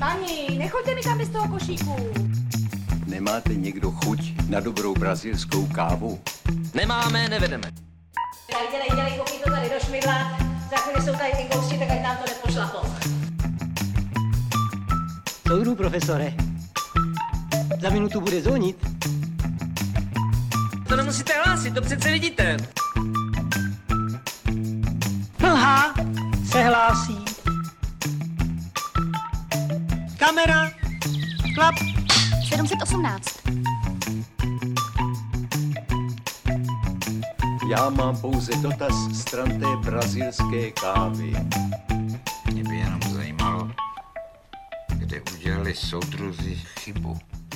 Páni, nechoďte mi tam bez toho košíku. Nemáte někdo chuť na dobrou brazilskou kávu? Nemáme, nevedeme. Tak dělej, koupí to tady do šmidla. Za chvíli jsou tady ty gosti, tak ať nám to nepošlapou. Soudru, profesore. Za minutu bude zvonit. To nemusíte hlásit, to přece vidíte. Mlha se hlásí. Kamera. Klap. 718. Já mám pouze dotaz stran té brazilské kávy. Mě by jenom zajímalo, kde udělali soudruzi chybu.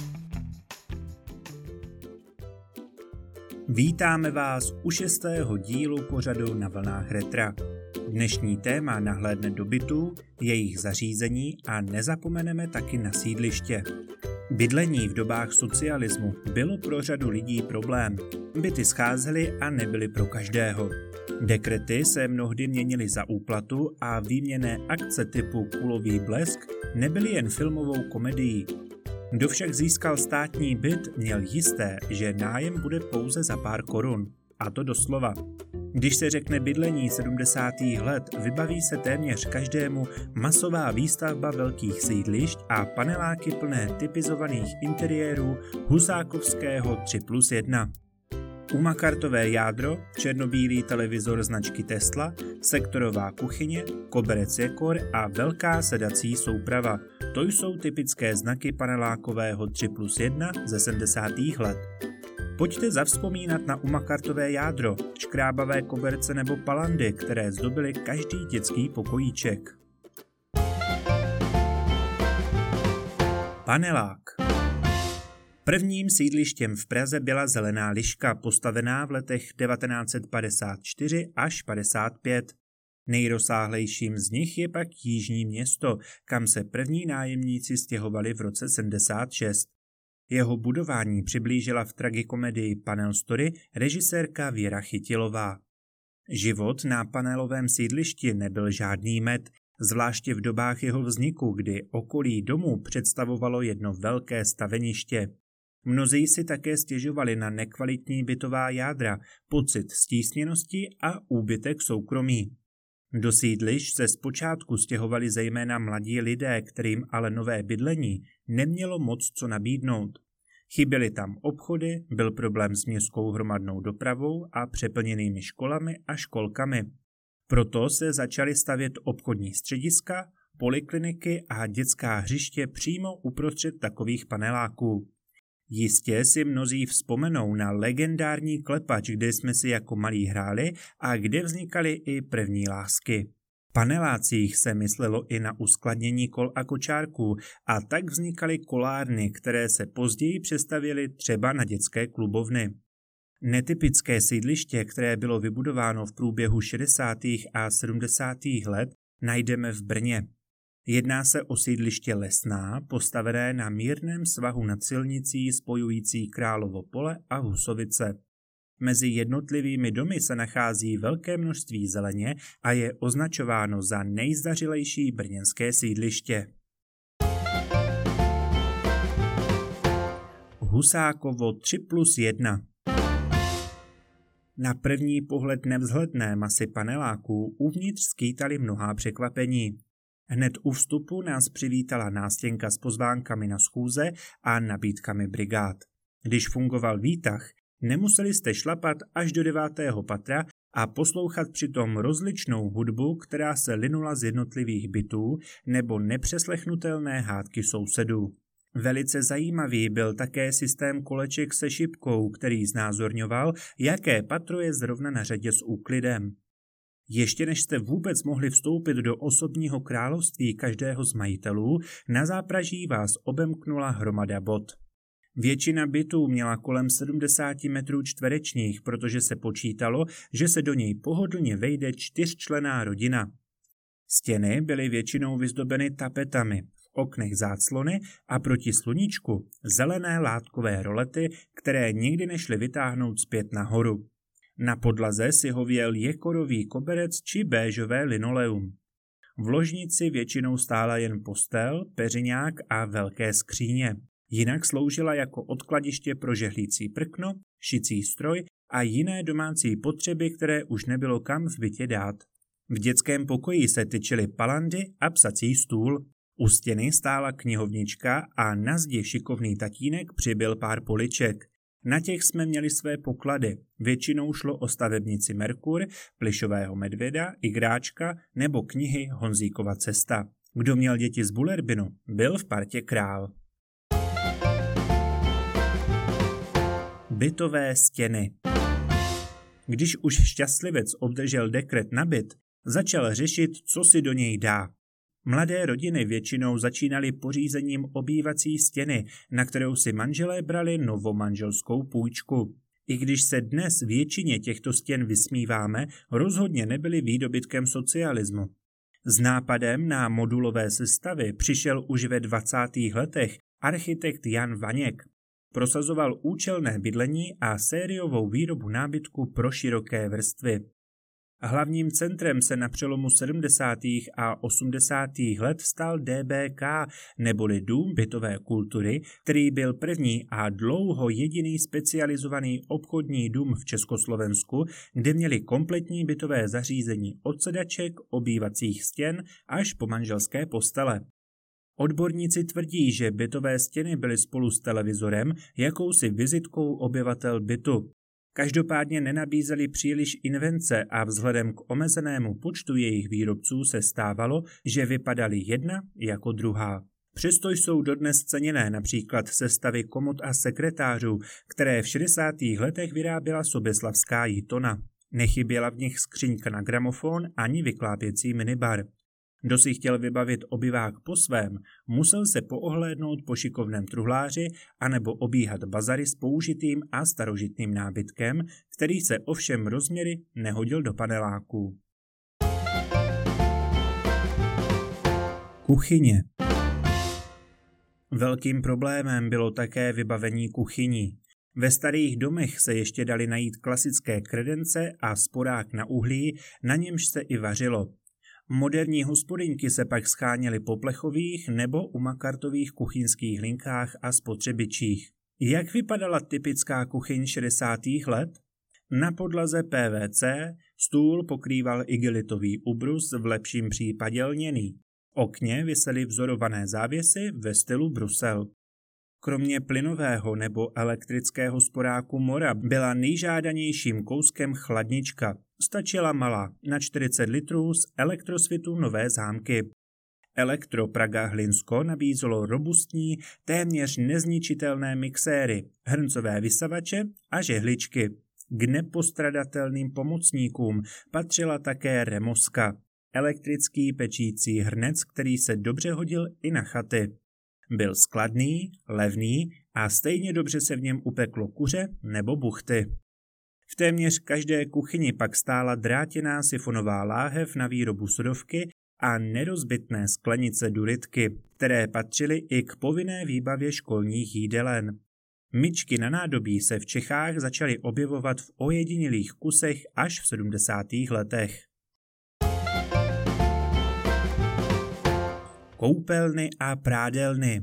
Vítáme vás u 6. dílu pořadu Na vlnách retra. Dnešní téma nahlédne do bytů, jejich zařízení a nezapomeneme taky na sídliště. Bydlení v dobách socialismu bylo pro řadu lidí problém. Byty scházely a nebyly pro každého. Dekrety se mnohdy měnily za úplatu a výměnné akce typu kulový blesk nebyly jen filmovou komedií. Kdo však získal státní byt, měl jisté, že nájem bude pouze za pár korun. A to doslova. Když se řekne bydlení 70. let, vybaví se téměř každému masová výstavba velkých sídlišť a paneláky plné typizovaných interiérů husákovského 3+1. Umakartové jádro, černobílý televizor značky Tesla, sektorová kuchyně, koberec Jekor a velká sedací souprava. To jsou typické znaky panelákového 3+1 ze 70. let. Pojďte zavzpomínat na umakartové jádro, škrábavé koberce nebo palandy, které zdobily každý dětský pokojíček. Panelák. Prvním sídlištěm v Praze byla Zelená liška, postavená v letech 1954 až 55. Nejrozsáhlejším z nich je pak Jižní Město, kam se první nájemníci stěhovali v roce 76. Jeho budování přiblížila v tragikomedii Panel Story režisérka Věra Chytilová. Život na panelovém sídlišti nebyl žádný med, zvláště v dobách jeho vzniku, kdy okolí domu představovalo jedno velké staveniště. Mnozí si také stěžovali na nekvalitní bytová jádra, pocit stísněnosti a úbytek soukromí. Do sídlišť se zpočátku stěhovali zejména mladí lidé, kterým ale nové bydlení nemělo moc co nabídnout. Chyběly tam obchody, byl problém s městskou hromadnou dopravou a přeplněnými školami a školkami. Proto se začaly stavět obchodní střediska, polikliniky a dětská hřiště přímo uprostřed takových paneláků. Jistě si mnozí vzpomenou na legendární klepač, kde jsme si jako malí hráli a kde vznikaly i první lásky. V panelácích se myslelo i na uskladnění kol a kočárků a tak vznikaly kolárny, které se později přestavěly třeba na dětské klubovny. Netypické sídliště, které bylo vybudováno v průběhu 60. a 70. let, najdeme v Brně. Jedná se o sídliště Lesná, postavené na mírném svahu nad silnicí spojující Královo Pole a Husovice. Mezi jednotlivými domy se nachází velké množství zeleně a je označováno za nejzdařilejší brněnské sídliště. Husákovo 3+1. Na první pohled nevzhledné masy paneláků uvnitř skýtaly mnohá překvapení. Hned u vstupu nás přivítala nástěnka s pozvánkami na schůze a nabídkami brigád. Když fungoval výtah, nemuseli jste šlapat až do 9. patra a poslouchat přitom rozličnou hudbu, která se linula z jednotlivých bytů nebo nepřeslechnutelné hádky sousedů. Velice zajímavý byl také systém koleček se šipkou, který znázorňoval, jaké patro je zrovna na řadě s úklidem. Ještě než jste vůbec mohli vstoupit do osobního království každého z majitelů, na zápraží vás obemknula hromada bot. Většina bytů měla kolem 70 metrů čtverečních, protože se počítalo, že se do něj pohodlně vejde 4členná rodina. Stěny byly většinou vyzdobeny tapetami, v oknech záclony a proti sluníčku zelené látkové rolety, které nikdy nešly vytáhnout zpět nahoru. Na podlaze si hověl jekorový koberec či béžové linoleum. V ložnici většinou stála jen postel, peřiňák a velké skříně. Jinak sloužila jako odkladiště pro žehlící prkno, šicí stroj a jiné domácí potřeby, které už nebylo kam v bytě dát. V dětském pokoji se tyčily palandy a psací stůl. U stěny stála knihovnička a na zdi šikovný tatínek přibyl pár poliček. Na těch jsme měli své poklady. Většinou šlo o stavebnici Merkur, Plišového medvěda, Igráčka nebo knihy Honzíkova cesta. Kdo měl děti z Bullerbinu, byl v partě král. Bytové stěny. Když už šťastlivec obdržel dekret na byt, začal řešit, co si do něj dá. Mladé rodiny většinou začínaly pořízením obývací stěny, na kterou si manželé brali novomanželskou půjčku. I když se dnes většině těchto stěn vysmíváme, rozhodně nebyly výdobytkem socialismu. S nápadem na modulové sestavy přišel už ve 20. letech architekt Jan Vaněk. Prosazoval účelné bydlení a sériovou výrobu nábytku pro široké vrstvy. Hlavním centrem se na přelomu 70. a 80. let stal DBK, neboli Dům bytové kultury, který byl první a dlouho jediný specializovaný obchodní dům v Československu, kde měli kompletní bytové zařízení od sedaček, obývacích stěn až po manželské postele. Odborníci tvrdí, že bytové stěny byly spolu s televizorem jakousi vizitkou obyvatel bytu. Každopádně nenabízeli příliš invence a vzhledem k omezenému počtu jejich výrobců se stávalo, že vypadaly jedna jako druhá. Přesto jsou dodnes ceněné například sestavy komod a sekretářů, které v 60. letech vyráběla soběslavská Jitona. Nechyběla v nich skříňka na gramofon ani vyklápěcí minibar. Kdo si chtěl vybavit obyvák po svém, musel se poohlédnout po šikovném truhláři anebo obíhat bazary s použitým a starožitným nábytkem, který se ovšem rozměry nehodil do paneláků. Kuchyně. Velkým problémem bylo také vybavení kuchyní. Ve starých domech se ještě dali najít klasické kredence a sporák na uhlí, na němž se i vařilo. Moderní hospodyňky se pak scháněly po plechových nebo umakartových kuchyňských linkách a spotřebičích. Jak vypadala typická kuchyň 60. let? Na podlaze PVC stůl pokrýval igelitový ubrus, v lepším případě lněný. Okně visely vzorované závěsy ve stylu Brusel. Kromě plynového nebo elektrického sporáku Mora byla nejžádanějším kouskem chladnička. Stačila malá na 40 litrů z Elektrosvitu Nové Zámky. Elektro Praga Hlinsko nabízelo robustní, téměř nezničitelné mixéry, hrncové vysavače a žehličky. K nepostradatelným pomocníkům patřila také Remoska, elektrický pečící hrnec, který se dobře hodil i na chaty. Byl skladný, levný a stejně dobře se v něm upeklo kuře nebo buchty. V téměř každé kuchyni pak stála drátěná sifonová láhev na výrobu sodovky a nerozbitné sklenice duritky, které patřily i k povinné výbavě školních jídelen. Myčky na nádobí se v Čechách začaly objevovat v ojedinělých kusech až v 70. letech. Koupelny a prádelny.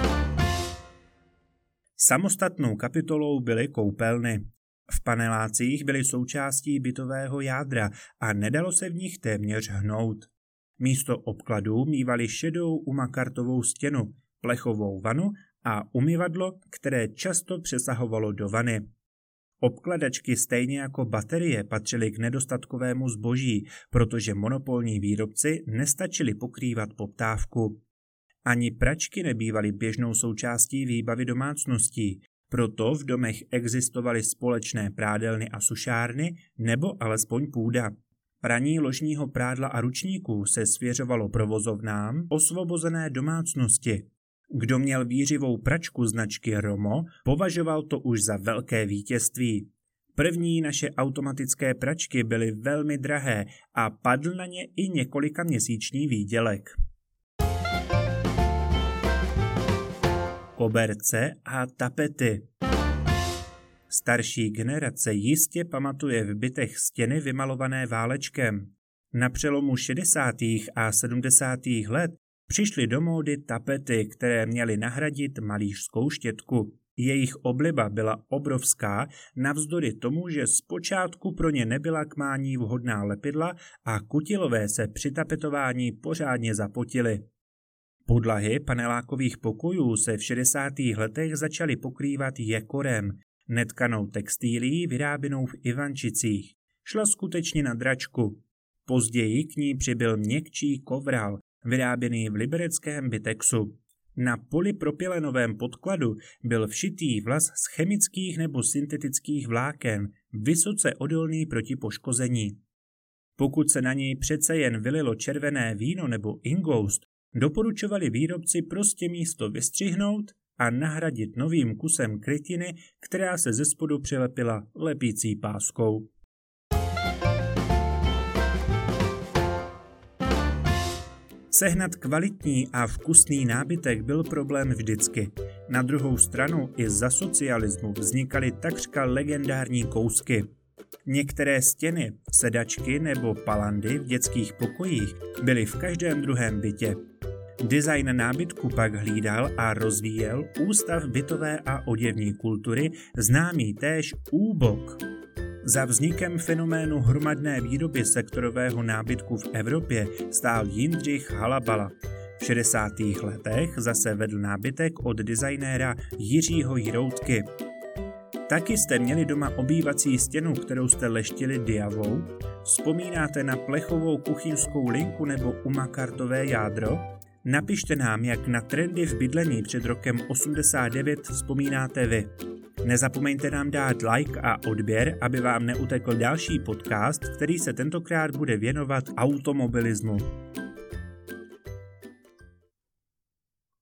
Samostatnou kapitolou byly koupelny. V panelácích byly součástí bytového jádra a nedalo se v nich téměř hnout. Místo obkladů mívali šedou umakartovou stěnu, plechovou vanu a umyvadlo, které často přesahovalo do vany. Obkladačky stejně jako baterie patřily k nedostatkovému zboží, protože monopolní výrobci nestačili pokrývat poptávku. Ani pračky nebývaly běžnou součástí výbavy domácností, proto v domech existovaly společné prádelny a sušárny nebo alespoň půda. Praní ložního prádla a ručníků se svěřovalo provozovnám osvobozené domácnosti. Kdo měl výřivou pračku značky Romo, považoval to už za velké vítězství. První naše automatické pračky byly velmi drahé a padl na ně i několikaměsíční výdělek. Koberce a tapety. Starší generace jistě pamatuje v bytech stěny vymalované válečkem. Na přelomu 60. a 70. let přišly do módy tapety, které měly nahradit malířskou štětku. Jejich obliba byla obrovská, navzdory tomu, že zpočátku pro ně nebyla k mání vhodná lepidla a kutilové se při tapetování pořádně zapotily. Podlahy panelákových pokojů se v 60. letech začaly pokrývat jekorem, netkanou textílií vyráběnou v Ivančicích. Šla skutečně na dračku. Později k ní přibyl měkčí kovral, vyráběný v libereckém Bitexu. Na polypropylenovém podkladu byl všitý vlas z chemických nebo syntetických vláken, vysoce odolný proti poškození. Pokud se na něj přece jen vylilo červené víno nebo ingoust, doporučovali výrobci prostě místo vystřihnout a nahradit novým kusem krytiny, která se ze spodu přilepila lepící páskou. Sehnat kvalitní a vkusný nábytek byl problém vždycky. Na druhou stranu i za socialismu vznikaly takřka legendární kousky. Některé stěny, sedačky nebo palandy v dětských pokojích byly v každém druhém bytě. Design nábytku pak hlídal a rozvíjel Ústav bytové a oděvní kultury, známý též ÚBOK. Za vznikem fenoménu hromadné výroby sektorového nábytku v Evropě stál Jindřich Halabala. V 60. letech zase vedl nábytek od designéra Jiřího Jiroutky. Taky jste měli doma obývací stěnu, kterou jste leštili diavou? Vzpomínáte na plechovou kuchyňskou linku nebo umakartové jádro? Napište nám, jak na trendy v bydlení před rokem 89 vzpomínáte vy. Nezapomeňte nám dát like a odběr, aby vám neutekl další podcast, který se tentokrát bude věnovat automobilismu.